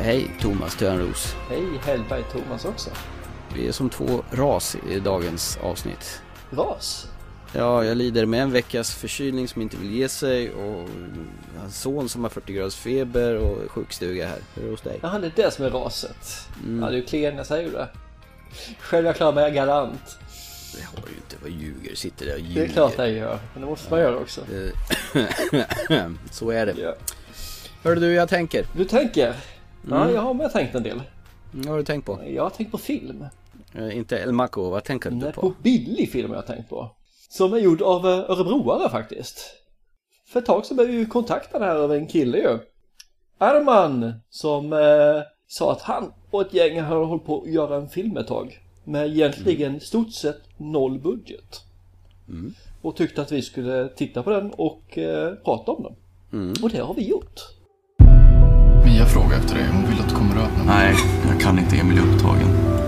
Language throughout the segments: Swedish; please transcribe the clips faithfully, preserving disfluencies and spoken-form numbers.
Hej Thomas Törnros. Hej Hellberg Thomas också. Vi är som två ras i dagens avsnitt. Ras? Ja, jag lider med en veckas förkylning som inte vill ge sig och en son som har fyrtio graders feber och sjukstuga här. Hur är det hos dig? Ja, det är det som är raset. Mm. Ja, du är klen, jag säger det. Själv jag klarar mig garant. Det har ju inte, vad ljuger, sitter där och ljuger. Det är klart jag gör, men det måste man göra också. Så är det. Ja. Hör du, jag tänker. Du tänker? Ja, Mm. jag har med tänkt en del. Vad har du tänkt på? Jag har tänkt på film. Eh, inte El Maco, vad tänker du Nej, på? på billig film jag har tänkt på. Som är gjord av eh, örebroare faktiskt. För ett tag så blev vi ju kontaktade här av en kille ju. Arman som eh, sa att han och ett gäng har hållit på att göra en film ett tag. Med egentligen mm. stort sett noll budget. Mm. Och tyckte att vi skulle titta på den och eh, prata om den. Mm. Och det har vi gjort. Mia frågar efter dig. Hon vill att du kommer över. Nej, jag kan inte. Emil är upptagen.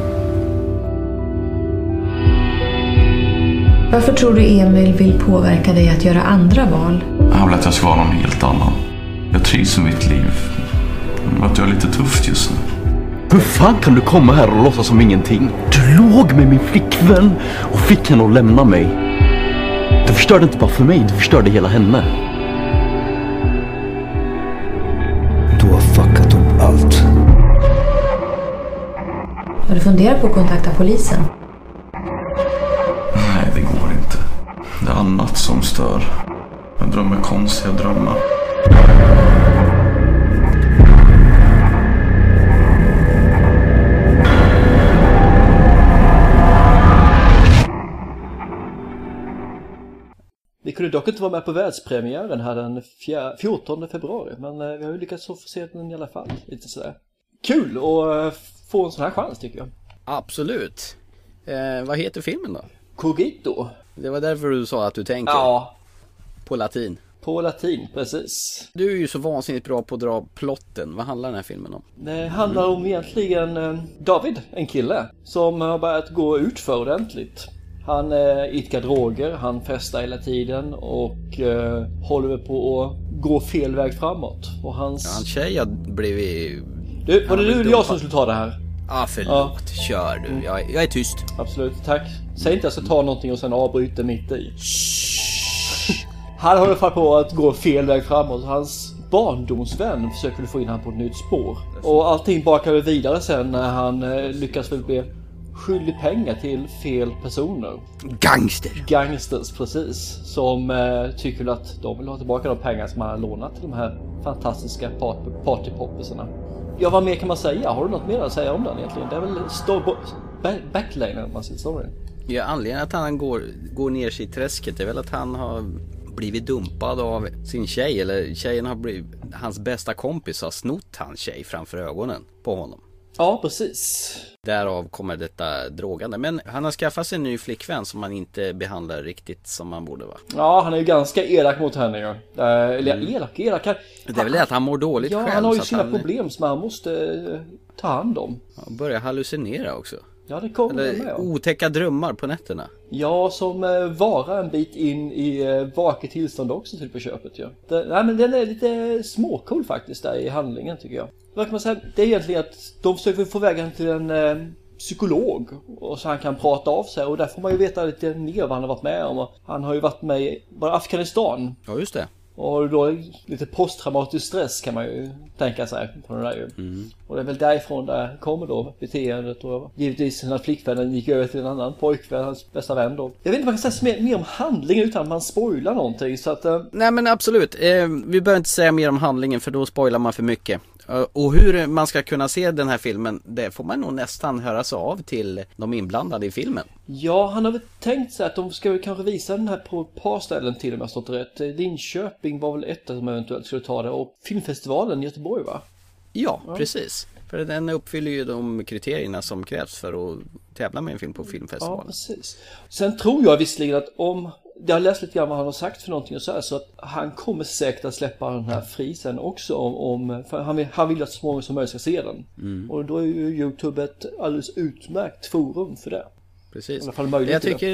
Varför tror du Emil vill påverka dig att göra andra val? Han vill att jag ska vara någon helt annan. Jag trivs i mitt liv. Att jag är lite tufft just nu. Hur fan kan du komma här och låtsas som ingenting? Du låg med min flickvän och fick henne att lämna mig. Du förstörde inte bara för mig, du förstörde hela henne. Du har fuckat upp allt. Har du funderat på att kontakta polisen? Nej, det går inte. Det är annat som stör. Jag drömmer konstiga drömmar. Vi kunde dock inte vara med på världspremiären här den fjortonde februari. Men eh, vi har ju lyckats få se den i alla fall. Lite sådär. Kul att eh, få en sån här chans tycker jag. Absolut. Eh, vad heter filmen då? Cogito. Det var därför du sa att du tänker. Ja. På latin. På latin, precis. Du är ju så vansinnigt bra på att dra plotten. Vad handlar den här filmen om? Det handlar om egentligen eh, David, en kille. Som har börjat gå ut för ordentligt. Han eh, idkar droger, han festar hela tiden och eh, håller på att gå fel väg framåt. Och hans... Ja, hans tjej har blivit... Du, var det du eller jag som skulle ta det här? Ah, förlåt, ja. Kör du. Jag, jag är tyst. Absolut, tack. Säg inte att jag ska ta någonting och sen avbryta mitt i. Han håller för på att gå fel väg framåt. Hans barndomsvän försöker få in han på ett nytt spår. Och allting bakar vidare sen när han eh, lyckas väl bli skyldig pengar till fel personer. Gangster. Gangsters, precis. Som eh, tycker att de vill ha tillbaka de pengar som han har lånat till de här fantastiska part- partypoppisarna. Ja, vad mer kan man säga? Har du något mer att säga om den egentligen? Det är väl story- back- backlinen man säger, sorry. Ja, anledningen att han går, går ner sig i träsket är väl att han har blivit dumpad av sin tjej. Eller tjejen har blivit, hans bästa kompis har snott hans tjej framför ögonen på honom. Ja, precis. Därav kommer detta drogande. Men han har skaffat sig en ny flickvän som han inte behandlar riktigt som man borde, va? Ja, han är ju ganska elak mot henne ju. Ja. Eller mm. elak, elak. Han, det är väl det att han mår dåligt ja, själv. Han har ju så sina han, problem som han måste ta hand om. Han börjar hallucinera också. Ja, det kommer Eller med. otäcka drömmar på nätterna. Ja, som eh, varar en bit in i eh, vaket tillstånd också till på köpet. Ja. Det, nej, men den är lite småcool faktiskt där i handlingen tycker jag. Vad kan man säga? Det är egentligen att de försöker få vägen till en eh, psykolog och så han kan prata av sig. Och där får man ju veta lite mer vad han har varit med om. Och han har ju varit med i bara Afghanistan. Ja, just det. Och då lite posttraumatisk stress kan man ju tänka sig på det där ju. Mm. Och det är väl därifrån där kommer då beteendet och givetvis när flickvännen gick över till en annan pojkvän, hans bästa vän då. Jag vet inte vad man kan säga mer, mer om handlingen utan att man spoilar någonting så att... Eh... Nej men absolut, eh, vi behöver inte säga mer om handlingen för då spoilar man för mycket. Och hur man ska kunna se den här filmen, det får man nog nästan höra sig av till de inblandade i filmen. Ja, han har väl tänkt sig att de ska väl kanske visa den här på ett par ställen till om jag stått rätt. Linköping var väl ett som eventuellt skulle ta det och filmfestivalen i Göteborg, va? Ja, ja, precis. För den uppfyller ju de kriterierna som krävs för att tävla med en film på filmfestivalen. Ja, precis. Sen tror jag visserligen att om... Jag har läst lite grann vad han har sagt för någonting och så här, så att han kommer säkert att släppa den här fri sen också om, om för han vill, han vill att så många som möjligt ska se den. Mm. Och då är ju YouTube ett alldeles utmärkt forum för det. Precis. I alla fall möjligt. Jag tycker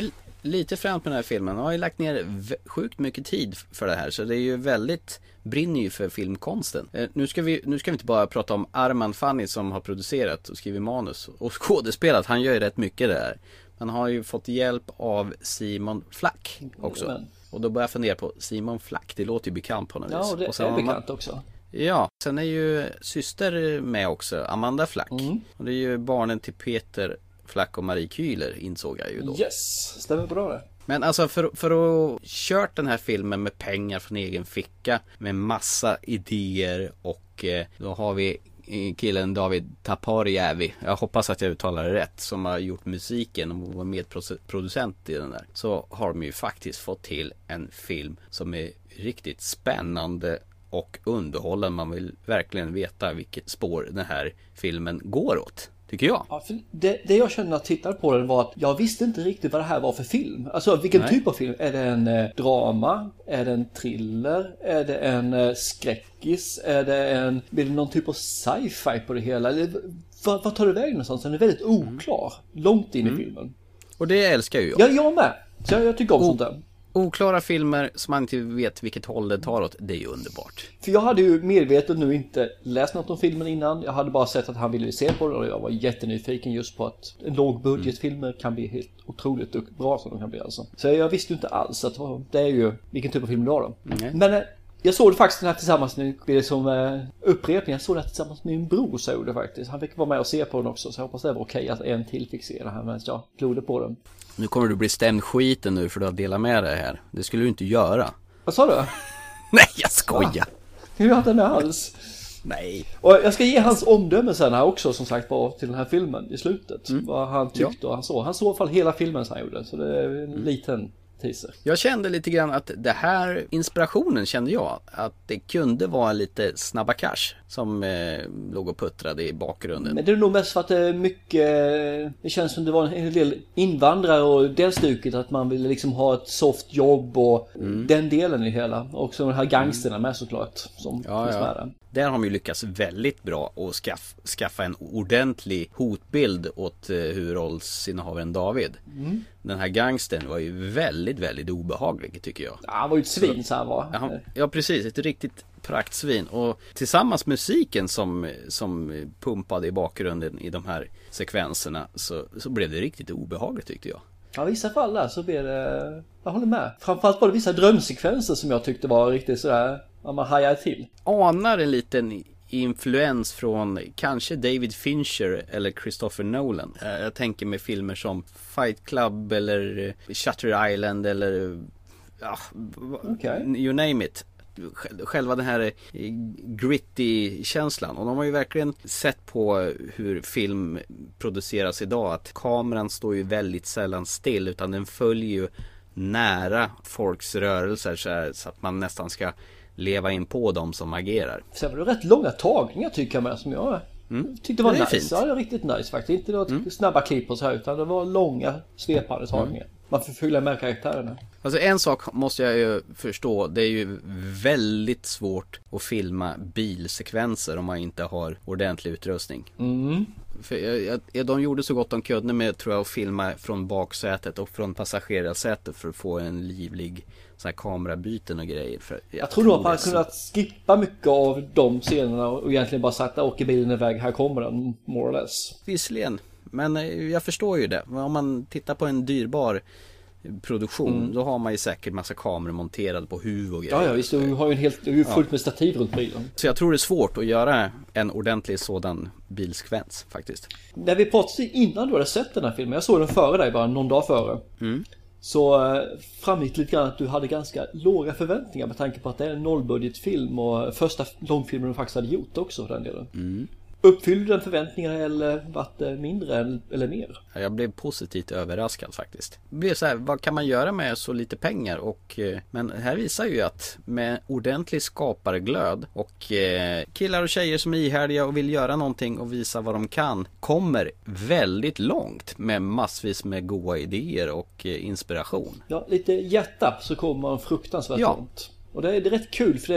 lite främt med den här filmen. Han har ju lagt ner v- sjukt mycket tid för det här. Så det är ju väldigt, brinner ju för filmkonsten. Eh, nu, ska vi, nu ska vi inte bara prata om Arman Fanny som har producerat och skrivit manus och skådespelat. Han gör ju rätt mycket där. Han har ju fått hjälp av Simon Flack också. Mm. Och då börjar jag fundera på Simon Flack. Det låter ju bekant på något vis. Ja, det och sen är bekant man... också. Ja, sen är ju syster med också, Amanda Flack. Mm. Och det är ju barnen till Peter Flack och Marie Kühler, insåg jag ju då. Yes, stämmer bra det. Men alltså för, för att kört den här filmen med pengar från egen ficka, med massa idéer, och eh, då har vi killen David Taparjärvi, jag hoppas att jag uttalar det rätt, som har gjort musiken och var medproducent i den där. Så har de ju faktiskt fått till en film som är riktigt spännande och underhållande. Man vill verkligen veta vilket spår den här filmen går åt, tycker jag. Ja, för det, det jag kände när jag tittade på den var att jag visste inte riktigt vad det här var för film. Alltså vilken Nej. typ av film? Är det en eh, drama? Är det en thriller? Är det en eh, skräckis? Är det en, blir det någon typ av sci-fi på det hela? Eller vad, vad tar det vägen någonstans? Den är väldigt oklar. Mm. Långt in mm. i filmen. Och det älskar ju jag. Ja, jag med. Så jag, jag tycker om oh. sånt där. Oklara filmer som man inte vet vilket håll det tar åt, det är ju underbart. För jag hade ju medvetet nu inte läst något om filmen innan. Jag hade bara sett att han ville se på det och jag var jättenyfiken just på att en lågbudgetfilmer mm. kan bli helt otroligt bra som de kan bli alltså. Så jag visste ju inte alls att det är ju vilken typ av film det var då. Mm. Men jag såg det faktiskt den här tillsammans med det som uh, upprepning. Jag såg det här tillsammans med min bror, så det faktiskt. Han fick vara med och se på den också, så jag hoppas det var okej att en till fick se det här medan jag glodde på den. Nu kommer du bli stämd skiten nu för att dela med dig här. Det skulle du inte göra. Vad sa du? Nej, jag skojar. Ah, jag gör inte med alls. Nej. Och jag ska ge hans omdöme sen här också, som sagt, bara till den här filmen i slutet. Mm. Vad han tyckte ja. och han såg. Han såg i alla fall hela filmen som han gjorde, så det är en mm. liten teaser. Jag kände lite grann att det här, inspirationen kände jag, att det kunde vara lite Snabba Cash som eh, låg och puttrade i bakgrunden. Men det är nog mest för att det är mycket, det känns som det var en del invandrare och det stuket, att man ville liksom ha ett soft jobb och mm. den delen i hela. Och så de här gangsterna med såklart som ja, finns ja. med där. Där har de ju lyckats väldigt bra att skaff, skaffa en ordentlig hotbild åt eh, huvudrollsinnehavaren David. Mm. Den här gangstern var ju väldigt, väldigt obehaglig, tycker jag. Ja, han var ju ett svin så här var. Ja, ja, precis. Ett riktigt praktsvin. Och tillsammans med musiken som, som pumpade i bakgrunden i de här sekvenserna så, så blev det riktigt obehagligt, tyckte jag. Ja, i vissa fall där så blev det... Jag håller med. Framförallt var det vissa drömsekvenser som jag tyckte var riktigt sådär... Ja, man hajar till. Anar en liten influens från kanske David Fincher eller Christopher Nolan. Jag tänker med filmer som Fight Club eller Shutter Island eller... Ja, okay. You name it. Själva den här gritty-känslan. Och de har ju verkligen sett på hur film produceras idag, att kameran står ju väldigt sällan still, utan den följer ju nära folks rörelser så, här, så att man nästan ska leva in på dem som agerar. Sen var det rätt långa tagningar, tycker jag med, som jag mm. tyckte var det nice. Fint. Ja, det var riktigt nice faktiskt. Inte något mm. snabba klipp och så här, utan det var långa svepande tagningar. Mm. Man får fylla med karaktärerna. Alltså en sak måste jag ju förstå, det är ju väldigt svårt att filma bilsekvenser om man inte har ordentlig utrustning. Mm. För jag, jag, de gjorde så gott de kunde med, tror jag, att filma från baksätet och från passagerarsätet för att få en livlig så här kamerabyten och grejer. För jag, jag tror nog att man så... kunnat skippa mycket av de scenerna och egentligen bara sagt att åker bilen iväg, här kommer den, more or less. Visserligen, men jag förstår ju det. Om man tittar på en dyrbar produktion, mm. då har man ju säkert massa kameror monterade på huvud och grejer. Ja, ja, visst, du har ju en helt, du är ju fullt med stativ runt bilen. Så jag tror det är svårt att göra en ordentlig sådan bilsekvens faktiskt. När vi pratade innan du hade sett den här filmen, jag såg den före dig, bara någon dag före. Mm. Så eh, framgick lite grann att du hade ganska låga förväntningar med tanke på att det är en nollbudgetfilm och första långfilmen du faktiskt hade gjort också för den delen. Mm. Uppfyllde den förväntningarna eller vart det mindre eller mer? Jag blev positivt överraskad faktiskt. Det blev så här, vad kan man göra med så lite pengar? Och, men här visar ju att med ordentlig skaparglöd och eh, killar och tjejer som är ihärdiga och vill göra någonting och visa vad de kan, kommer väldigt långt med massvis med goda idéer och eh, inspiration. Ja, lite hjärta så kommer man fruktansvärt ja. långt. Och det är, det är rätt kul för det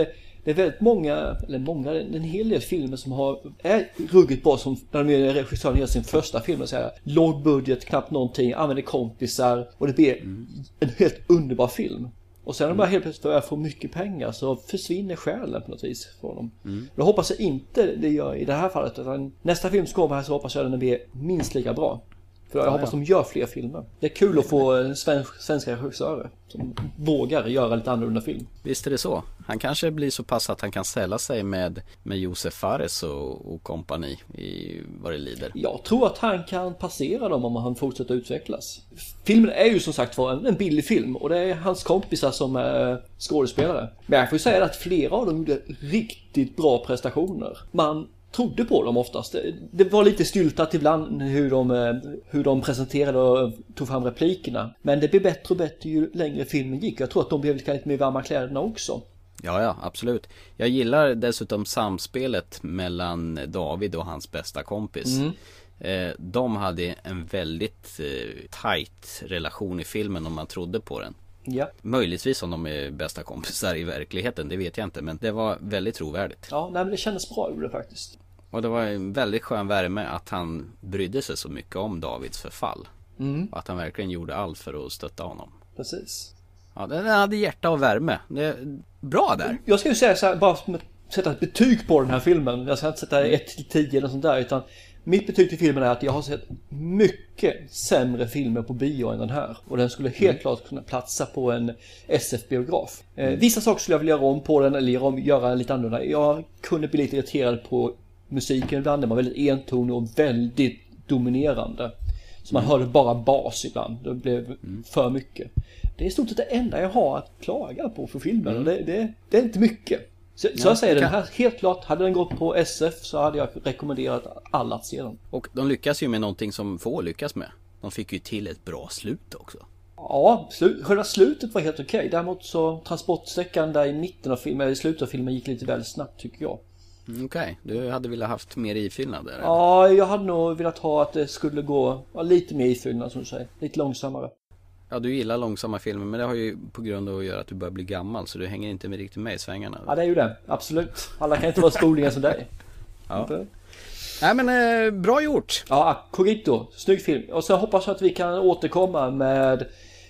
Det är väldigt många, eller många, en hel del filmer som har, är ruggigt bra som när de regissören gör sin första film och säger låg budget, knappt någonting, använder kompisar och det blir mm. en helt underbar film. Och sen när de bara helt plötsligt börjar få mycket pengar så försvinner själen på något vis från dem. Mm. Jag hoppas jag inte det gör i det här fallet. Utan nästa film som kommer här så hoppas jag den blir minst lika bra. För jag ja, hoppas ja. de gör fler filmer. Det är kul att få svensk, svenska regissörer som vågar göra lite annorlunda film. Visst är det så. Han kanske blir så pass att han kan ställa sig med, med Josef Fares och, och kompani i vad det lider. Jag tror att han kan passera dem om han fortsätter utvecklas. Filmen är ju som sagt var en, en billig film och det är hans kompisar som är skådespelare. Men jag får ju säga att flera av dem gjorde riktigt bra prestationer. Man trodde på dem oftast. Det var lite styltat ibland hur de, hur de presenterade och tog fram replikerna. Men det blev bättre och bättre ju längre filmen gick. Jag tror att de blev lite mer varma kläderna också. Ja, ja, absolut. Jag gillar dessutom samspelet mellan David och hans bästa kompis. Mm. Eh, de hade en väldigt eh, tight relation i filmen om man trodde på den. Ja. Möjligtvis om de är bästa kompisar i verkligheten, det vet jag inte. Men det var väldigt trovärdigt. Ja, nej, men det kändes bra ur det faktiskt. Och det var en väldigt skön värme att han brydde sig så mycket om Davids förfall. Mm. Och att han verkligen gjorde allt för att stötta honom. Precis. Ja, den hade hjärta och värme. Det är bra där. Jag ska ju säga så här, bara sätta ett betyg på den här filmen. Jag ska inte sätta ett till tio eller sånt där, utan mitt betyg till filmen är att jag har sett mycket sämre filmer på bio än den här. Och den skulle helt mm. klart kunna platsa på en S F-biograf. Mm. Eh, vissa saker skulle jag vilja göra om på den eller göra, om, göra lite annorlunda. Jag kunde bli lite irriterad på musiken ibland. Den var väldigt entonig och väldigt dominerande. Så man mm. hörde bara bas ibland. Det blev mm. för mycket. Det är i stort sett det enda jag har att klaga på för filmen. Mm. Och det, det, det är inte mycket. Så, ja, så jag säger kan... den här, helt klart, hade den gått på S F så hade jag rekommenderat alla att se den. Och de lyckas ju med någonting som få lyckas med. De fick ju till ett bra slut också. Ja, slu- själva slutet var helt okej. Däremot så transportsträckan där i mitten av filmen, i slutet av filmen gick lite väldigt snabbt tycker jag. Mm, okej, okay. Du hade velat haft mer ifyllnad där? Ja, jag hade nog velat ha att det skulle gå ja, lite mer ifyllnad som du säger. Lite långsammare. Ja, du gillar långsamma filmer, men det har ju på grund av att göra att du börjar bli gammal, så du hänger inte med riktigt med i svängarna. Ja, det är ju det. Absolut. Alla kan inte vara spolingar som dig. Ja. Nej, men eh, bra gjort. Ja, Cogito. Snygg film. Och så hoppas jag att vi kan återkomma med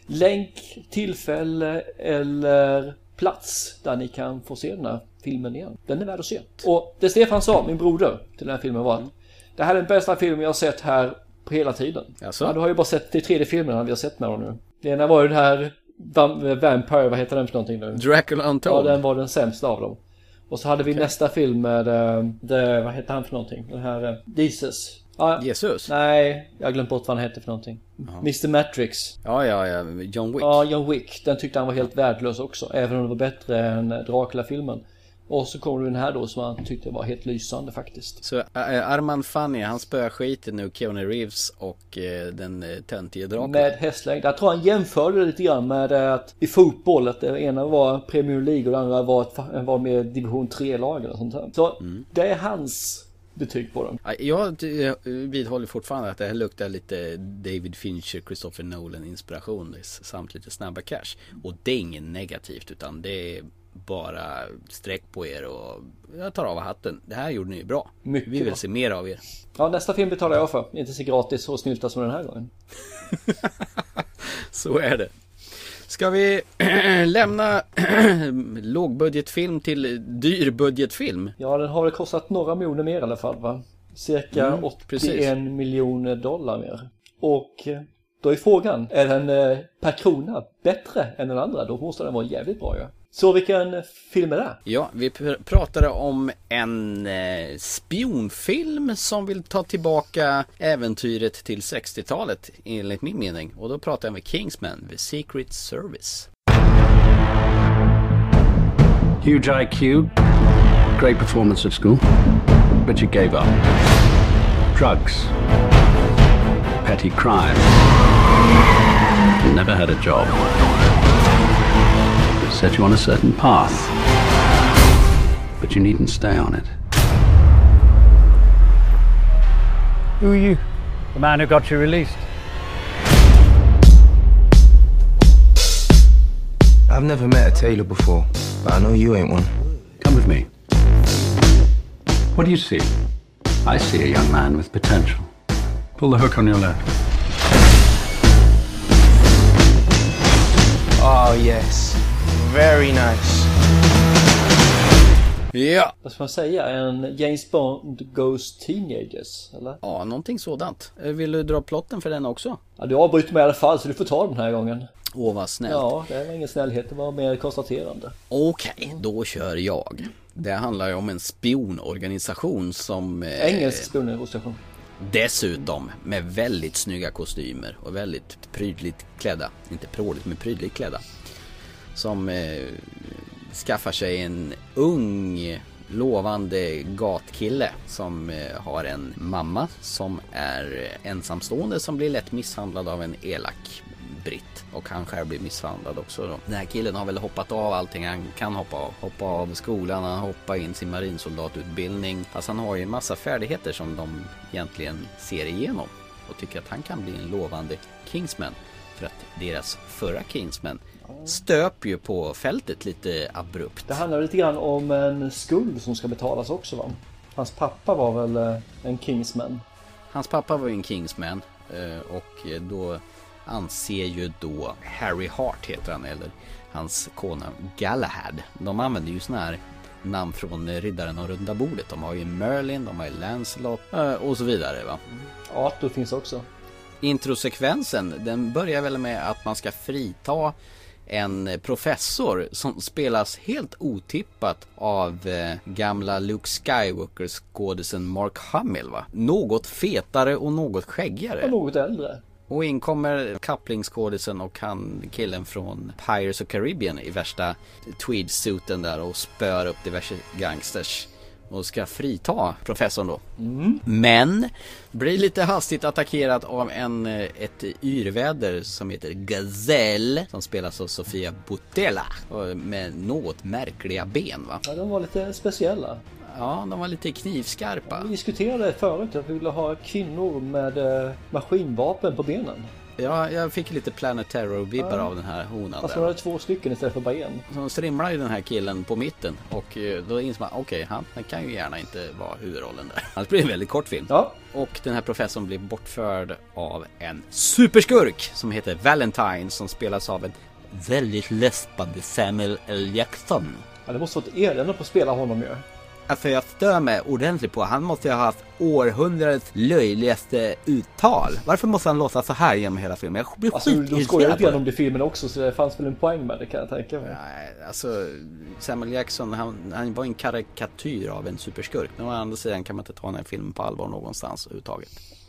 länk, tillfälle eller plats där ni kan få se den här filmen igen. Den är värd att se. Och det Stefan sa, min broder, till den här filmen var att det här är den bästa filmen jag har sett här på hela tiden. Ja, du har ju bara sett de tredje filmerna vi har sett med honom nu. Det ena var ju den här Vampire, vad heter den för någonting nu? Dracula Untold. Ja, den var den sämsta av dem. Och så hade vi okay. nästa film med uh, the, vad heter han för någonting? Den här uh, Jesus. Ah, Jesus? Nej, jag har glömt bort vad han heter för någonting. Uh-huh. mister Matrix. Ja, ja, ja. John Wick. Ja, John Wick. Den tyckte han var helt värdelös också. Även om det var bättre än Dracula-filmen. Och så kommer den här då som han tyckte var helt lysande faktiskt. Så äh, Armand Fanny, han spöar skiten nu Keanu Reeves och äh, den äh, töntige draken. Med hästlängd. Jag tror han jämförde det lite grann med att i fotboll att det ena var Premier League och det andra var, ett, var med division tre-lag och sånt här. Så mm. det är hans betyg på den. Jag vidhåller fortfarande att det här luktar lite David Fincher, Christopher Nolan inspiration samt lite Snabba Cash. Och det är inget negativt utan det är bara sträck på er och jag tar av hatten. Det här gjorde ni ju bra. Mycket Vi vill bra. se mer av er. Ja, nästa film betalar jag för. Inte så gratis och snylta som den här gången. Så är det. Ska vi lämna lågbudgetfilm till dyrbudgetfilm? Ja, den har väl kostat några miljoner mer i alla fall, va? Cirka mm, åttioen miljoner dollar mer. Och då är frågan, är den per krona bättre än den andra? Då måste den vara jävligt bra, ja. Så vilken film är det? Ja, vi pr- pratade om en eh, spionfilm som vill ta tillbaka äventyret till sextiotalet enligt min mening. Och då pratar jag med Kingsman, The Secret Service. Huge I Q, great performance at school, but you gave up. Drugs, petty crime, you never had a job. Set you on a certain path, but you needn't stay on it. Who are you? The man who got you released? I've never met a tailor before, but I know you ain't one. Come with me. What do you see? I see a young man with potential. Pull the hook on your left. Oh yes, very nice. Ja. Vad ska man säga? En James Bond Goes Teenagers, eller? Ja, någonting sådant. Vill du dra plotten för den också? Ja, du avbryter mig i alla fall så du får ta den här gången. Åh, vad snällt. Ja, det var ingen snällhet, det var mer konstaterande. Okej, okay, då kör jag. Det handlar ju om en spionorganisation som... Eh, Engelsk spionorganisation. Dessutom med väldigt snygga kostymer och väldigt prydligt klädda. Inte pråligt, men prydligt klädda. Som eh, skaffar sig en ung, lovande gatkille som eh, har en mamma som är ensamstående som blir lätt misshandlad av en elak britt. Och han själv blir misshandlad också då. Den här killen har väl hoppat av allting han kan hoppa av. Hoppa av skolan, han hoppar in sin marinsoldatutbildning. Fast han har ju en massa färdigheter som de egentligen ser igenom. Och tycker att han kan bli en lovande Kingsman. För att deras förra Kingsman stöp ju på fältet lite abrupt. Det handlar lite grann om en skuld som ska betalas också, va? Hans pappa var väl en Kingsman? Hans pappa var ju en Kingsman. Och då anser ju då Harry Hart heter han, eller hans kona Galahad. De använder ju såna här namn från Riddaren och Runda bordet. De har ju Merlin, de har ju Lancelot och så vidare, va? Arthur finns också. Introsekvensen, den börjar väl med att man ska frita en professor som spelas helt otippat av eh, gamla Luke Skywalker skådisen Mark Hamill, va? Något fetare och något skäggigare. Och något äldre. Och in kommer kapplingskådisen och han killen från Pirates of Caribbean i värsta tweedsuiten där och spör upp diverse gangsters och ska frita professorn då. Mm. Men blir lite hastigt attackerad av en, ett yrväder som heter Gazelle som spelas av Sofia Boutella med något märkliga ben, va? Ja, de var lite speciella. Ja, de var lite knivskarpa. Vi diskuterade förut att vi ville ha kvinnor med eh, maskinvapen på benen. Ja, jag fick lite Planet Terror-vibbar ja. av den här honan. Fast man hade två stycken istället för bara en. Så strimlar ju den här killen på mitten. Och då inser man, okej, okay, han, han kan ju gärna inte vara huvudrollen där. Annars blir det en väldigt kort film. Ja. Och den här professorn blir bortförd av en superskurk som heter Valentine, som spelas av en väldigt läspande Samuel L. Jackson. Ja, det måste vara ett elände på att spela honom ju. Alltså jag stör mig ordentligt på. Han måste ju ha haft århundradets löjligaste uttal. Varför måste han låta så här genom hela filmen? Jag blir alltså, skitirriterad. Du skojar lite grann om det i filmen också, så det fanns väl en poäng med det, kan jag tänka mig. Nej, alltså Samuel Jackson, han, han var en karikatyr av en superskurk. Men å andra sidan kan man inte ta den här filmen på allvar någonstans överhuvudtaget.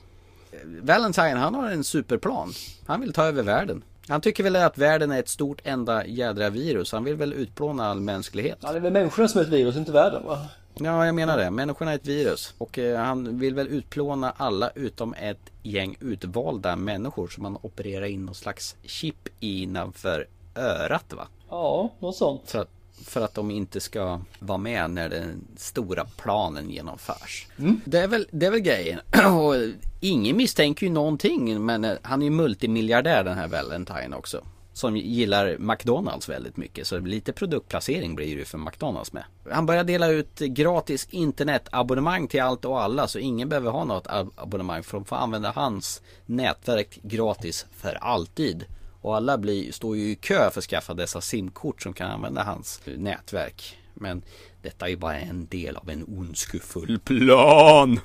Valentine, han har en superplan. Han vill ta över världen. Han tycker väl att världen är ett stort enda jädra virus. Han vill väl utplåna all mänsklighet. Ja, det är väl människorna som är ett virus, inte världen, va? Ja, jag menar det. Människorna är ett virus. Och eh, han vill väl utplåna alla utom ett gäng utvalda människor som man opererar in någon slags chip innanför örat, va? Ja, något sånt. För att, för att de inte ska vara med när den stora planen genomförs. Mm. Det är väl, det är väl grejen. Och ingen misstänker ju någonting, men han är ju multimiljardär, den här Valentine också. Som gillar McDonalds väldigt mycket. Så lite produktplacering blir det ju för McDonalds med. Han börjar dela ut gratis internetabonnemang till allt och alla. Så ingen behöver ha något abonnemang. För de får använda hans nätverk gratis för alltid. Och alla blir, står ju i kö för att skaffa dessa simkort som kan använda hans nätverk. Men detta är ju bara en del av en ondskefull plan.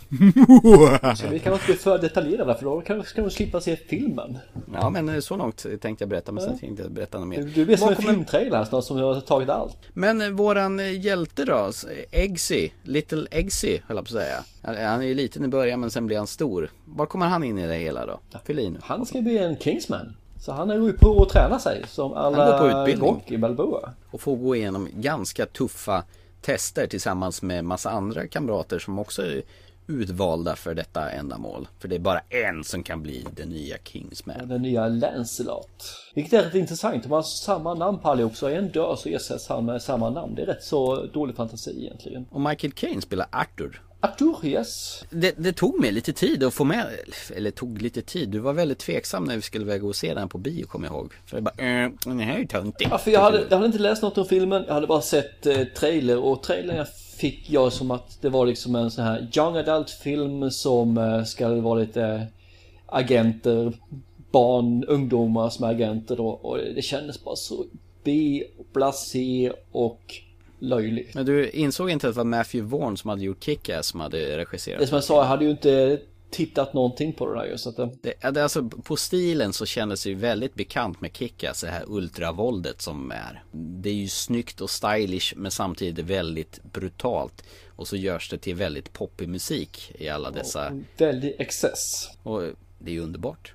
Så vi kan inte bli för detaljerade, för då kan, ska vi slippa se filmen. Ja, men så långt tänkte jag berätta, men sen tänkte jag berätta något mer. Du, du blir som en filmtrailer här snart, som har tagit allt. Men våran hjälte då, Eggsy, Little Eggsy höll jag på att säga. Han är ju liten i början, men sen blir han stor. Var kommer han in i det hela då? Fyll in. Han ska bli en Kingsman. Så han är ju på att träna sig som alla Rocky Balboa. Och får gå igenom ganska tuffa tester tillsammans med massa andra kamrater som också är utvalda för detta ändamål. För det är bara en som kan bli den nya Kingsman. Ja, den nya Lancelot. Vilket är rätt intressant. Om man har samma namn på allihop, så en dör så ersätts han med samma namn. Det är rätt så dålig fantasi egentligen. Och Michael Caine spelar Arthur. Arthur, yes. Det, det tog mig lite tid att få med, eller tog lite tid. Du var väldigt tveksam när vi skulle väga och se den på bio, kommer jag ihåg. För jag bara, äh, den här är ju töntig. Ja, för jag hade, jag hade inte läst något om filmen. Jag hade bara sett eh, trailer, och trailern jag fick jag som att det var liksom en sån här young adult film som ska vara lite agenter, barn, ungdomar som är agenter då, och det kändes bara så B, blasé och löjligt. Men du insåg inte att det var Matthew Vaughn som hade gjort Kick-Ass som hade regisserat? Det som jag sa, jag hade ju inte tittat någonting på det där just att det... Det, det, alltså, på stilen så kändes det ju väldigt bekant med Kick-Ass, det här ultravåldet som är. Det är ju snyggt och stylish men samtidigt väldigt brutalt. Och så görs det till väldigt poppig musik i alla dessa... Och väldigt excess. Och det är ju underbart.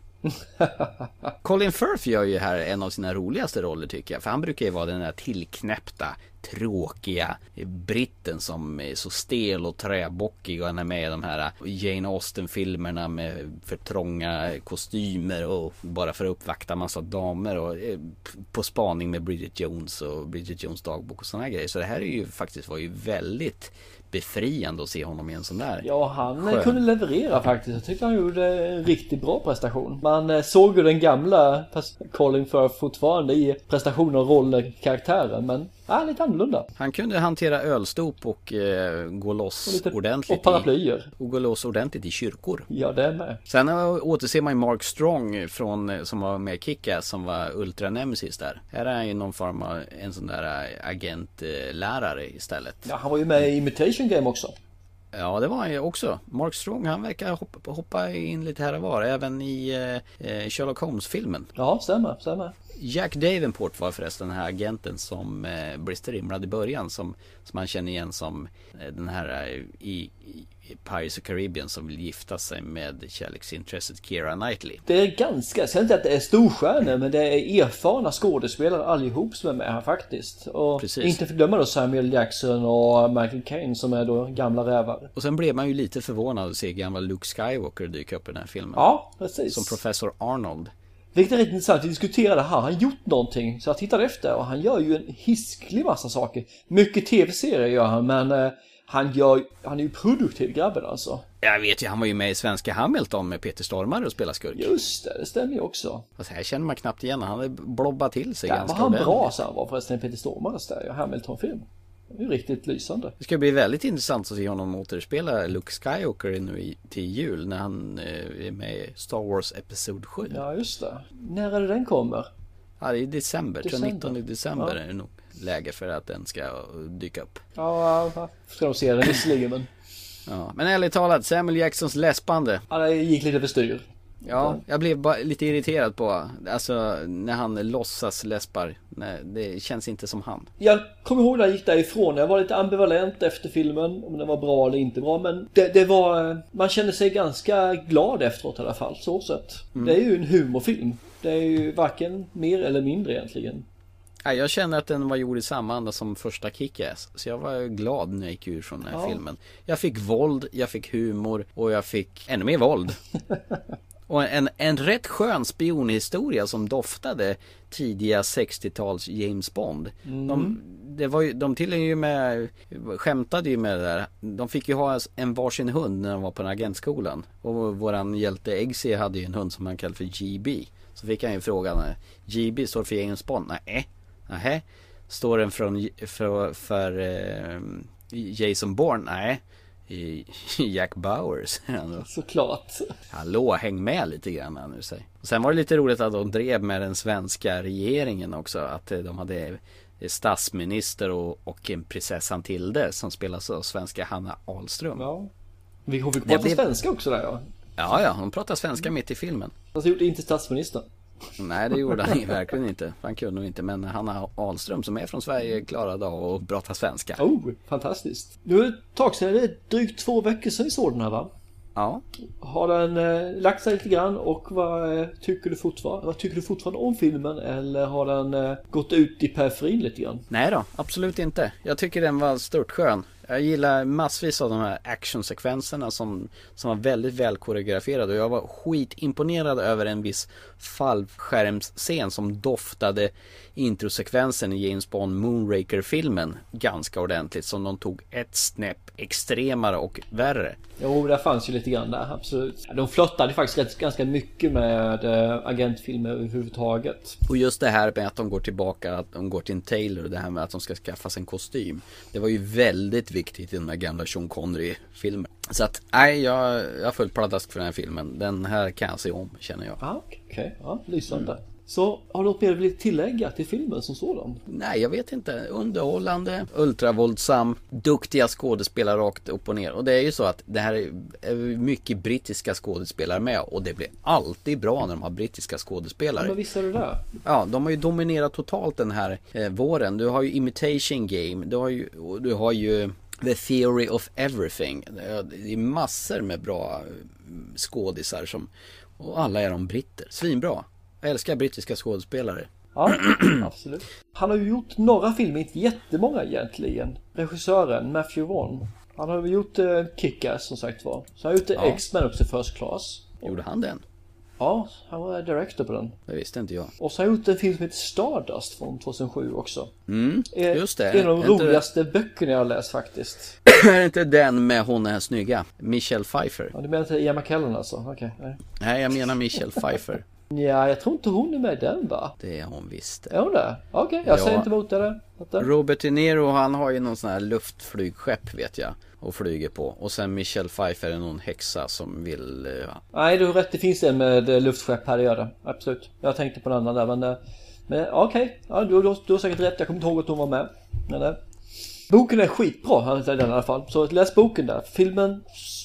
Colin Firth gör ju här en av sina roligaste roller tycker jag. För han brukar ju vara den där tillknäppta, tråkiga britten som är så stel och träbockig, och han är med i de här Jane Austen-filmerna med för trånga kostymer och bara för att uppvakta massa damer, och på spaning med Bridget Jones och Bridget Jones dagbok och såna grejer. Så det här är ju faktiskt var ju väldigt befriande att se honom i en sån där. Ja, han skön. kunde leverera faktiskt. Jag tyckte han gjorde en riktigt bra prestation. Man såg ju den gamla Colin Firth fortfarande i prestationer och roller, karaktären, men ja, lite annorlunda. Han kunde hantera ölstop och eh, gå loss och lite, ordentligt och paraplyer. I, och gå loss ordentligt i kyrkor. Ja, det är med. Sen återser man Mark Strong från, som var med i Kick-Ass, som var Ultra Nemesis där. Här är han ju någon form av en sån där agentlärare istället. Ja, han var ju med i Imitation Game också. Ja, det var han ju också. Mark Strong, han verkar hoppa, hoppa in lite här och var. Även i eh, Sherlock Holmes-filmen. Ja, stämmer, stämmer. Jack Davenport var förresten den här agenten som eh, Bristol rimrade i början. Som, som man känner igen som eh, den här eh, i, i Pirates of Caribbean som vill gifta sig med kärleksintresset Keira Knightley. Det är ganska, jag säger inte att det är storstjärnor, men det är erfarna skådespelare allihop som är med här faktiskt. Och precis. Inte förglömma då Samuel Jackson och Michael Caine som är då gamla rävar. Och sen blev man ju lite förvånad att se gamla Luke Skywalker dyka upp i den här filmen. Ja, precis. Som professor Arnold. Vilket är riktigt intressant, vi diskuterade här, han har gjort någonting, så jag tittade efter och han gör ju en hisklig massa saker. Mycket tv-serier gör han, men eh, han, gör, han är ju produktiv grabben alltså. Jag vet ju, han var ju med i Svenska Hamilton med Peter Stormare och spelade skurk. Just det, det stämmer ju också. Fast här känner man knappt igen, han hade blobbat till sig ja, ganska var han ordentligt. Bra så han var förresten Peter Stormares där, Hamilton-film. Det är ju riktigt lysande. Det ska bli väldigt intressant att se honom återspela Luke Skywalker nu i, till jul när han eh, är med i Star Wars Episod sju. Ja, just det. När är det den kommer? Ja, det är i december. december. nittonde december ja. Är det nog läge för att den ska dyka upp. Ja, ja. Ska de se den visserligen, men... Ja, men ärligt talat, Samuel Jacksons läspande. Ja, det gick lite för styr. Ja, jag blev bara lite irriterad på alltså när han låtsas läspar. Nej, det känns inte som han. Jag kommer ihåg när jag gick därifrån. Jag var lite ambivalent efter filmen, om den var bra eller inte bra, men det, det var, man kände sig ganska glad efteråt i alla fall, så sett. Mm. Det är ju en humorfilm. Det är ju varken mer eller mindre egentligen. Ja, jag känner att den var gjord i samma anda som första Kick-Ass. Så jag var glad när jag gick ur från den här ja. filmen. Jag fick våld, jag fick humor och jag fick ännu mer våld. Och en, en rätt skön spionhistoria som doftade tidiga sextio-tals James Bond. Mm. De, det var ju, de till och med skämtade ju med det där. De fick ju ha en varsin hund när de var på den agentskolan. Och våran hjälte Eggsy hade ju en hund som han kallade för G B. Så fick han ju frågan, G B står för James Bond? Nej, nej. Står den från, för, för eh, Jason Bourne? Nej. Jack Bowers. Såklart. Hallå, häng med lite grann nu säg. Och sen var det lite roligt att de drev med den svenska regeringen också. Att de hade statsminister och, och en prinsessan Tilde som spelas av svenska Hanna Ahlström. Ja. Vi fick prata blev... svenska också där, ja. Ja, ja, hon pratar svenska mitt i filmen. Alltså gjorde inte statsministern. Nej, det gjorde han verkligen inte. Han kunde nog inte, men Hanna Ahlström som är från Sverige klarade av att prata svenska. Oh, fantastiskt. Nu är det ett tag sedan, det är drygt två veckor sedan vi såg den här, va? Ja. Har den eh, lagt sig lite grann och vad eh, tycker du fortfarande? Vad tycker du fortfarande om filmen, eller har den eh, gått ut i periferin lite grann? Nej då, absolut inte. Jag tycker den var stort skön. Jag gillar massvis av de här actionsekvenserna som, som var väldigt väl koreograferade, och jag var skitimponerad över en viss fallskärmsscen som doftade introsekvensen i James Bond Moonraker-filmen ganska ordentligt, som de tog ett snäpp extremare och värre. Jo, där fanns ju lite grann där, absolut. De flottade faktiskt rätt, ganska mycket med äh, agentfilmer överhuvudtaget. Och just det här med att de går tillbaka, att de går till en tailor, och det här med att de ska skaffa sig en kostym. Det var ju väldigt viktigt i den här gamla Sean Connery-filmen. Så att, nej, jag, jag har fullt pladask för den här filmen. Den här kan jag se om, känner jag. Ah, okej, okay. Ja, lysande. Mm. Så har du något mer vill tillägga till filmen som sådan? Nej, jag vet inte. Underhållande, ultravåldsam, duktiga skådespelare rakt upp och ner. Och det är ju så att det här är mycket brittiska skådespelare med. Och det blir alltid bra när de har brittiska skådespelare. Ja, men visst är det där. Ja, de har ju dominerat totalt den här eh, våren. Du har ju Imitation Game. Du har ju, du har ju The Theory of Everything. Det är massor med bra skådisar som, och alla är de britter. Svinbra. Jag älskar brittiska skådespelare. Ja, absolut. Han har ju gjort några filmer, inte jättemånga egentligen. Regissören Matthew Vaughn. Han har ju gjort uh, Kick-Ass som sagt var. Så han har gjort ja. X-Men också, First Class. Gjorde han den? Ja, han var director på den. Det visste inte jag. Och så har han gjort en film som heter Stardust från tjugohundrasju också. Mm, just det. En av de roligaste det... böckerna jag har läst faktiskt. Är inte den med hon är snygga? Michelle Pfeiffer. Ja, du menar inte Ian McKellen alltså? Okej. Okay. Nej, jag menar Michelle Pfeiffer. Ja, jag tror inte hon är med den, va? Det är hon visst. Är hon det? Okej, okay, jag ja. säger inte emot det. Robert De Niro, han har ju någon sån här luftflygskepp, vet jag, och flyger på. Och sen Michelle Pfeiffer är någon häxa som vill... Ja. Nej, du har rätt, det finns en med luftskepp här, det gör det. Absolut. Jag tänkte på en annan där, men... men okej, okay. Ja, du, du, du har säkert rätt. Jag kommer inte ihåg att hon var med. Men, äh, boken är skitbra, han säger den i alla fall. Så läs boken där. Filmen...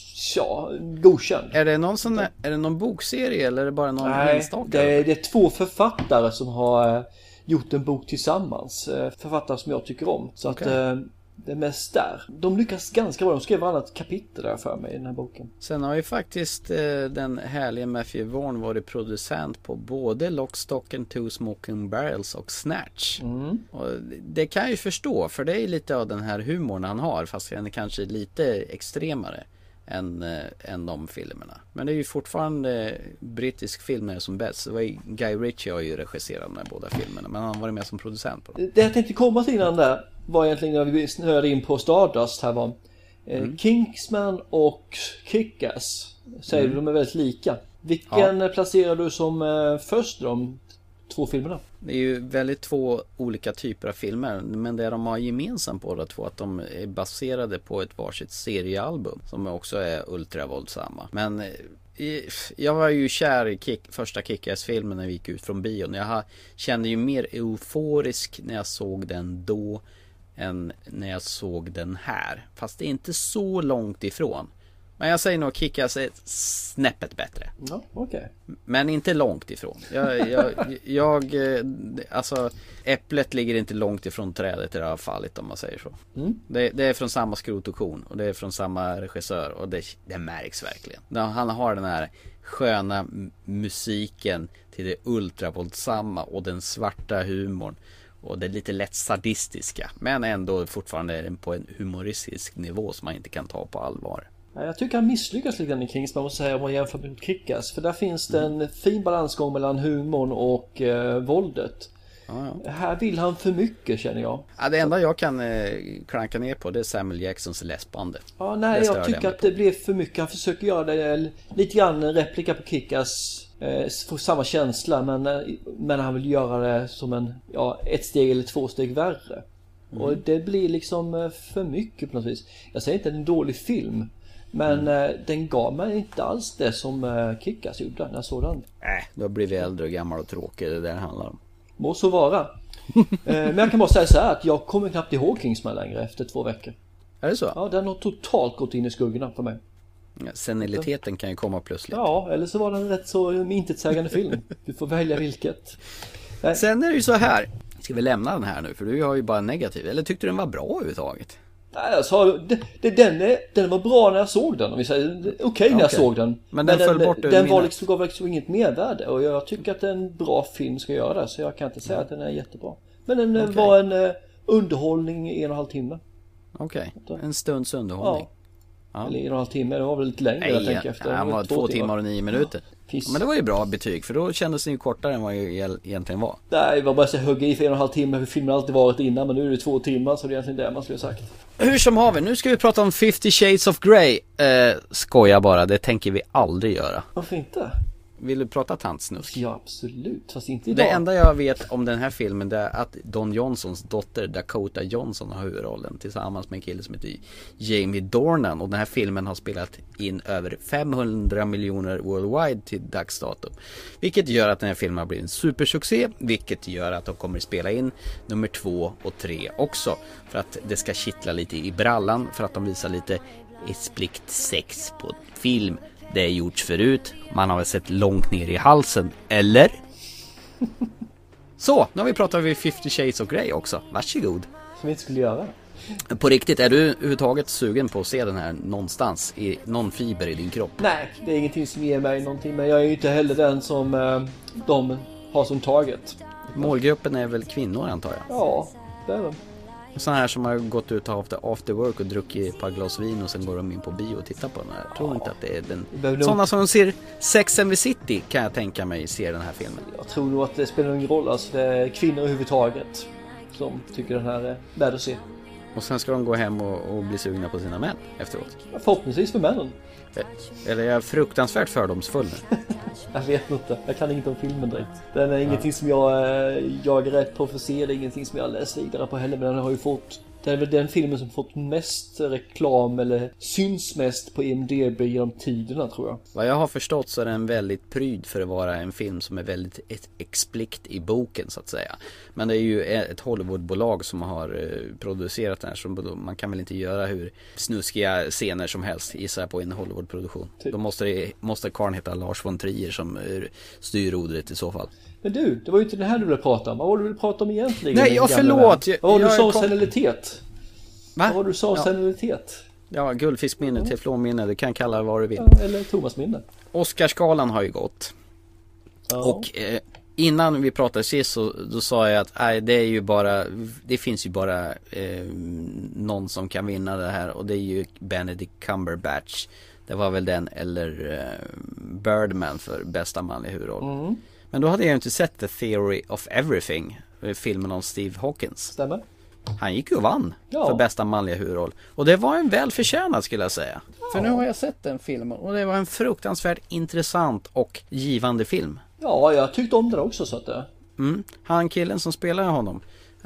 Ja, godkänd. Är det någon sån där, är det någon bokserie eller är det bara någon Nej, enstaka? Det är, det är två författare som har uh, gjort en bok tillsammans. Uh, författare som jag tycker om. Så okay. att uh, det är mest där. De lyckas ganska bra. De skrev annat kapitel där för mig i den här boken. Sen har ju faktiskt uh, den härliga Matthew Vaughn varit producent på både Lock, Stock and Two Smoking Barrels och Snatch. Mm. Och det kan jag ju förstå, för det är lite av den här humorn han har, fast den är kanske lite extremare än, äh, än de filmerna. Men det är ju fortfarande brittisk film när det är som bäst. Det var ju, Guy Ritchie har ju regisserat de här båda filmerna, men han var med som producent på dem. Det jag tänkte komma till innan där var egentligen när vi snöade in på Stardust här var mm. Kingsman och Kick-Ass säger mm. du, de är väldigt lika. Vilken ja. placerar du som eh, först de två filmerna? Det är ju väldigt två olika typer av filmer, men det de har gemensamt båda två att de är baserade på ett varsitt seriealbum som också är ultravåldsamma. Men jag var ju kär i kick, första Kick-Ass-filmen när vi gick ut från bion. Jag kände ju mer euforisk när jag såg den då än när jag såg den här. Fast det är inte så långt ifrån. Men jag säger nog Kick-Ass är snäppet bättre. Ja, okej. Okay. Men inte långt ifrån. Jag, jag, jag, alltså, äpplet ligger inte långt ifrån trädet i det här fallet, om man säger så. Mm. Det, det är från samma skrot och korn och det är från samma regissör och det, det märks verkligen. Han har den här sköna musiken till det ultravåldsamma och den svarta humorn. Och det är lite lätt sadistiska, men ändå fortfarande på en humoristisk nivå som man inte kan ta på allvar. Jag tycker han misslyckas lite grann i Kingsman, måste säga, om man jämför med Kick-Ass. För där finns det en fin balansgång mellan humorn och eh, våldet. Ja, ja. Här vill han för mycket, känner jag. Ja, det enda jag kan eh, klanka ner på det är Samuel Jacksons läsbandet. Ja, nej, jag tycker att det blir för mycket. Han försöker göra det lite grann en replika på Kick-Ass. Eh, får samma känsla, men, men han vill göra det som en, ja, ett steg eller två steg värre. Mm. Och det blir liksom för mycket på något vis. Jag säger inte att det är en dålig film. Men mm. den gav mig inte alls det som Kick-Ass gjorde när jag såg den. Nej, då blir vi äldre och gammal och tråkig, det där handlar om. Må så vara. Men jag kan bara säga så här att jag kommer knappt ihåg Kingsman längre efter två veckor. Är det så? Ja, den har totalt gått in i skuggorna för mig. Ja, seniliteten kan ju komma plötsligt. Ja, eller så var den rätt så intetsägande film. Du får välja vilket. Nej. Sen är det ju så här. Ska vi lämna den här nu? För du har ju bara negativ. Eller tyckte du den var bra överhuvudtaget? Nej, jag sa det, det, den, är, den var bra när jag såg den. Om vi säger okej okay när okay. jag såg den. Men den, men föll den, bort den var liksom, gav liksom inget mervärde. Och jag tycker att en bra film ska göra det. Så jag kan inte säga ja. att den är jättebra. Men den okay. var en uh, underhållning i en och en halv timme. Okej, okay. En stunds underhållning. Ja. Ja. Eller en och en halv timme, det var väl lite längre. Nej, jag tänker efter. Han var två, två timmar och nio minuter. Ja. Men det var ju bra betyg, för då kändes det ju kortare än vad det egentligen var. Nej, det var bara så hugga i för en och en halv timme, för filmen har alltid varit innan, men nu är det två timmar, så det är egentligen det man skulle ha sagt. Hur som har vi, nu ska vi prata om Fifty Shades of Grey. eh, Skoja bara, det tänker vi aldrig göra. Varför inte? Vill du prata tantsnusk? Ja, absolut. Fast inte idag. Det enda jag vet om den här filmen det är att Don Johnsons dotter Dakota Johnson har huvudrollen tillsammans med en kille som heter Jamie Dornan. Och den här filmen har spelat in över femhundra miljoner worldwide till dags datum. Vilket gör att den här filmen har blivit en supersuccé. Vilket gör att de kommer att spela in nummer två och tre också. För att det ska kittla lite i brallan. För att de visar lite explicit sex på film. Det är gjorts förut. Man har väl sett långt ner i halsen. Eller? Så, nu har vi pratat om Fifty Shades of Grey också. Varsågod. Som vi inte skulle göra. På riktigt, är du överhuvudtaget sugen på att se den här någonstans? I någon fiber i din kropp? Nej, det är ingenting som ger mig någonting. Men jag är ju inte heller den som eh, de har som taget. Målgruppen är väl kvinnor antar jag? Ja, det är de. Sådana här som har gått ut och haft after work och druckit ett par glas vin och sen går de in på bio och tittar på den här. Jag tror ja. inte att det är den. Sådana som ser Sex and the City kan jag tänka mig ser den här filmen. Jag tror nog att det spelar ingen roll. Alltså det är kvinnor överhuvudtaget som tycker den här är värd att se. Och sen ska de gå hem och, och bli sugna på sina män efteråt. Ja, förhoppningsvis för männen. Eller är jag fruktansvärt fördomsfull nu? Jag vet inte, jag kan inte om filmen direkt. Den är ingenting ja. som jag, jag är rätt på för att se. Det är ingenting som jag läst vidare på heller. Men den har ju fått, det är väl den filmen som fått mest reklam eller syns mest på I M D B genom tiderna tror jag. Vad jag har förstått så är den väldigt pryd för att vara en film som är väldigt explicit i boken så att säga. Men det är ju ett Hollywoodbolag som har producerat den här, så man kan väl inte göra hur snuskiga scener som helst gissar på en Hollywoodproduktion. Typ. Då måste, det, måste Karn heta Lars von Trier som styr rodret i så fall. Men du, det var ju inte det här du ville prata om. Vad var det du ville prata om egentligen? Nej, jag förlåt. Jag, vad var jag, du sa om kom... senilitet? Va? Vad var du sa om ja. senilitet? Ja, guldfiskminne, mm. teflonminne, du kan kalla det vad du vill. Ja, eller Thomas-minne. Oscarsgalan har ju gått. Ja. Och eh, innan vi pratade sist så då sa jag att nej, det är ju bara, det finns ju bara eh, någon som kan vinna det här och det är ju Benedict Cumberbatch. Det var väl den eller eh, Birdman för bästa manliga huvudroll. Mm. Men då hade jag ju inte sett The Theory of Everything, filmen om Steve Hawkins. Stämmer. Han gick ju och vann ja. för bästa manliga huvudroll. Och det var en välförtjänad skulle jag säga. Ja. För nu har jag sett den filmen och det var en fruktansvärt intressant och givande film. Ja, jag tyckte om den också så att det... Mm. Han killen som spelar honom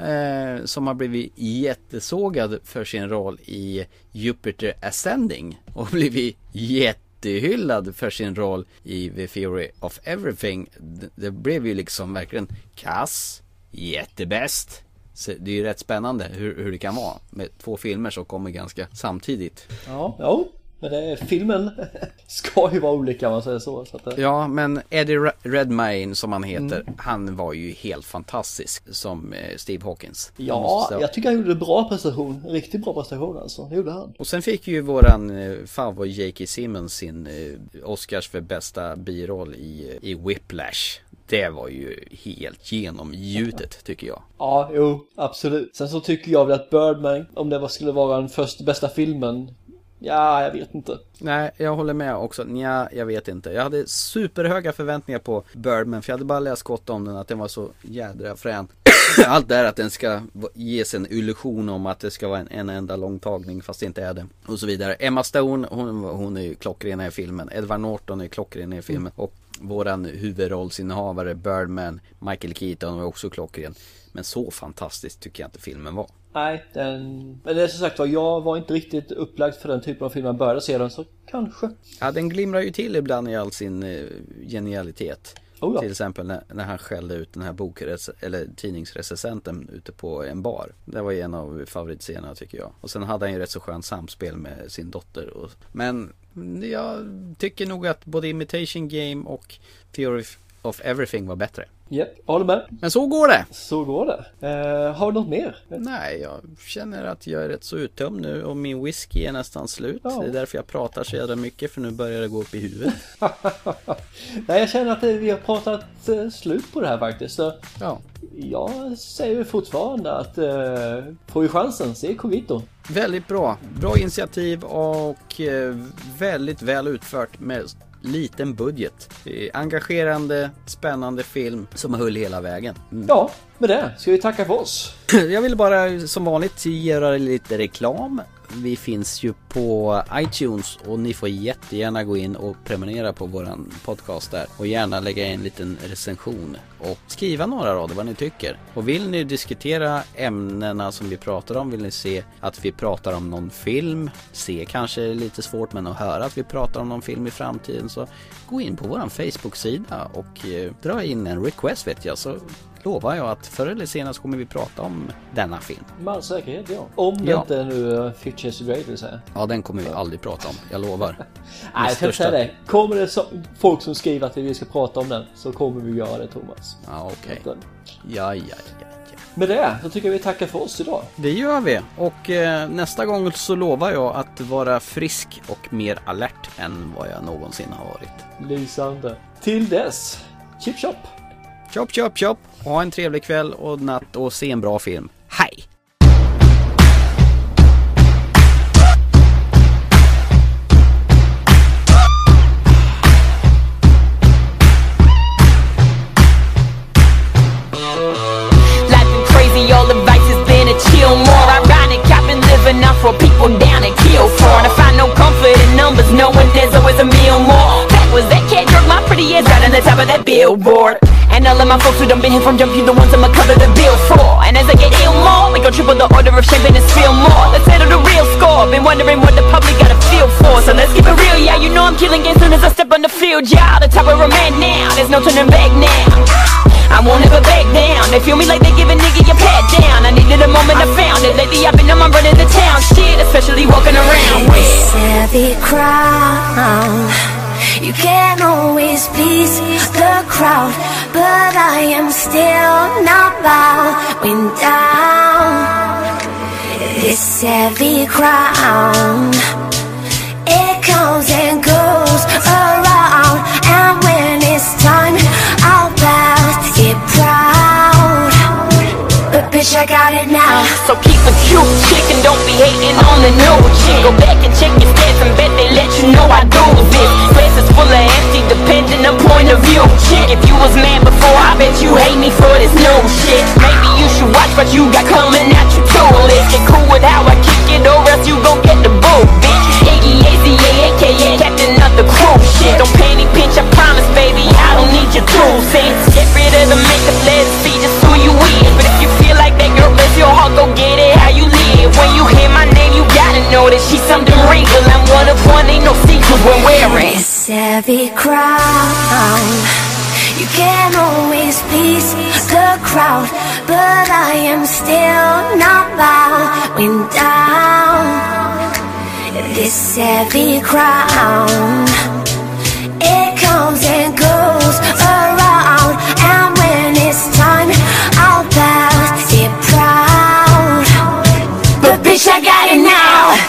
eh, som har blivit jättesågad för sin roll i Jupiter Ascending och blivit jättehyllad för sin roll i The Theory of Everything. Det, det blev ju liksom verkligen kass, jättebäst. Så det är ju rätt spännande hur, hur det kan vara med två filmer som kommer ganska samtidigt. Ja, ja. Men det är, filmen ska ju vara olika, man säger så. så att det... Ja, men Eddie Redmayne som han heter, mm. han var ju helt fantastisk som eh, Steve Hawkins. Ja, så. Jag tycker han gjorde en bra prestation, en riktigt bra prestation alltså, det gjorde han. Och sen fick ju våran eh, favor J K. Simmons sin eh, Oscars för bästa biroll i, i Whiplash. Det var ju helt genomgjutet tycker jag. Ja, jo, absolut. Sen så tycker jag väl att Birdman, om det var, skulle vara den första bästa filmen, ja, jag vet inte. Nej, jag håller med också. Nja, jag vet inte. Jag hade superhöga förväntningar på Birdman, för jag hade bara läst gott om den, att den var så jädra frän. Allt där att den ska ges en illusion om att det ska vara en, en enda lång tagning, fast det inte är det. Och så vidare. Emma Stone, hon, hon är ju klockren i filmen. Edward Norton är klockren i filmen. Mm. Och våran huvudrollsinnehavare Birdman, Michael Keaton, var också klockren. Men så fantastiskt tycker jag inte filmen var. Nej, den... men det är som sagt var, jag var inte riktigt upplagd för den typen av film. Man började se den, så kanske. Ja, den glimrar ju till ibland i all sin eh, genialitet. Oh ja. Till exempel när, när han skällde ut den här bokrec- eller tidningsrecensenten ute på en bar. Det var en av favoritscenerna tycker jag. Och sen hade han ju rätt så skönt samspel med sin dotter. Och... men jag tycker nog att både Imitation Game och Theory of Everything var bättre. Japp, yep, håller med. Men så går det. Så går det. Uh, har du något mer? Nej, jag känner att jag är rätt så uttömd nu och min whisky är nästan slut. Ja. Det är därför jag pratar så jävla mycket, för nu börjar det gå upp i huvudet. Nej, jag känner att vi har pratat uh, slut på det här faktiskt. Så ja. Jag säger fortfarande att uh, får vi chansen, se Cogito. Väldigt bra. Bra initiativ och uh, väldigt väl utfört med liten budget. Engagerande, spännande film som höll hela vägen. Mm. Ja, med det ska vi tacka för oss. Jag vill bara som vanligt göra lite reklam. vi finns ju på iTunes och ni får jättegärna gå in och prenumerera på våran podcast där och gärna lägga in en liten recension och skriva några rader vad ni tycker. Och vill ni diskutera ämnena som vi pratar om, vill ni se att vi pratar om någon film, se kanske är lite svårt men att höra att vi pratar om någon film i framtiden, så gå in på våran Facebook-sida och eh, dra in en request, vet jag, så lovar jag att förr eller senare så kommer vi prata om denna film. Med all säkerhet, ja. Om det ja. inte är nu Fifty Shades of Grey vill säga. Ja, den kommer vi aldrig prata om, jag lovar. Nej, jag kan säga det. Kommer det så, folk som skriver att vi ska prata om den, så kommer vi göra det, Thomas. Ja, okej. Okay. Ja, ja, ja, ja. Med det, så tycker jag vi tackar för oss idag. Det gör vi. Och eh, nästa gång så lovar jag att vara frisk och mer alert än vad jag någonsin har varit. Lysande. Till dess, chip chop. Chop, chop, chop. Ha en trevlig kväll och natt och se en bra film. Hej! All the vices been a chill more ironic. I've been living out for people down and kill for, and I find no comfort in numbers, knowing there's always a meal more. That was that cat jerk my pretty ass right on the top of that billboard. And all of my folks who done been here from jump, you the ones I'ma cover the bill for. And as I get ill more, we gon' triple the order of champagne and spill more. Let's settle the real score. Been wondering what the public gotta feel for, so let's keep it real, yeah. You know I'm killing as soon as I step on the field, yeah. The top of a man now, there's no turning back now. I won't ever back down. They feel me like they give a nigga your pat down. I needed a moment, I found it. Lately I've been on my running the town shit, especially walking around with heavy crown. You can't always please the crowd, but I am still not bowing down. This heavy crown, it comes and goes around, and when it's time, I'll bow it proud. But bitch, I got it now. So keep a cute chick and don't be hating on the new chick. Go back and check your stats and bet they let you know I do this. Glass is full of empty, depending on point of view. Chick, if you was mad before, I bet you hate me for this new shit. Maybe you should watch what you got coming at you too. Let's get cool with how I kick it, or else you gon' get the boot, bitch. Iggy A Z A, aka Captain of the Crew. Shit, don't penny pinch, I promise, baby, I don't need your two cents. Get rid of the makeup, let it be just who you is. But if you feel like that girl, bless your heart, go get it how you live. When you hear my name, you gotta know that she's something real. I'm one of one, ain't no secret when wearing this heavy crown. You can't always please the crowd, but I am still not bowing down. This heavy crown, it comes and goes around, and when it's time, I'll bow it proud. But bitch, I got it now.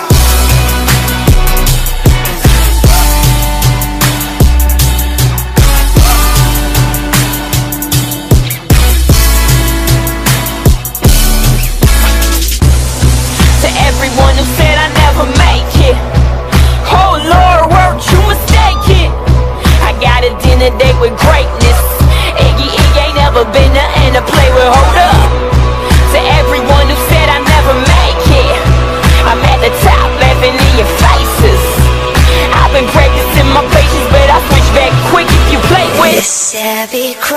Everyone who said I never make it, oh Lord, weren't you mistaken? I got a dinner date with greatness. Iggy Iggy ain't never been to end to play with. Hold up. To everyone who said I never make it, I'm at the top laughing in your faces. I've been practicing my patience, but I switch back quick if you play with this heavy crown.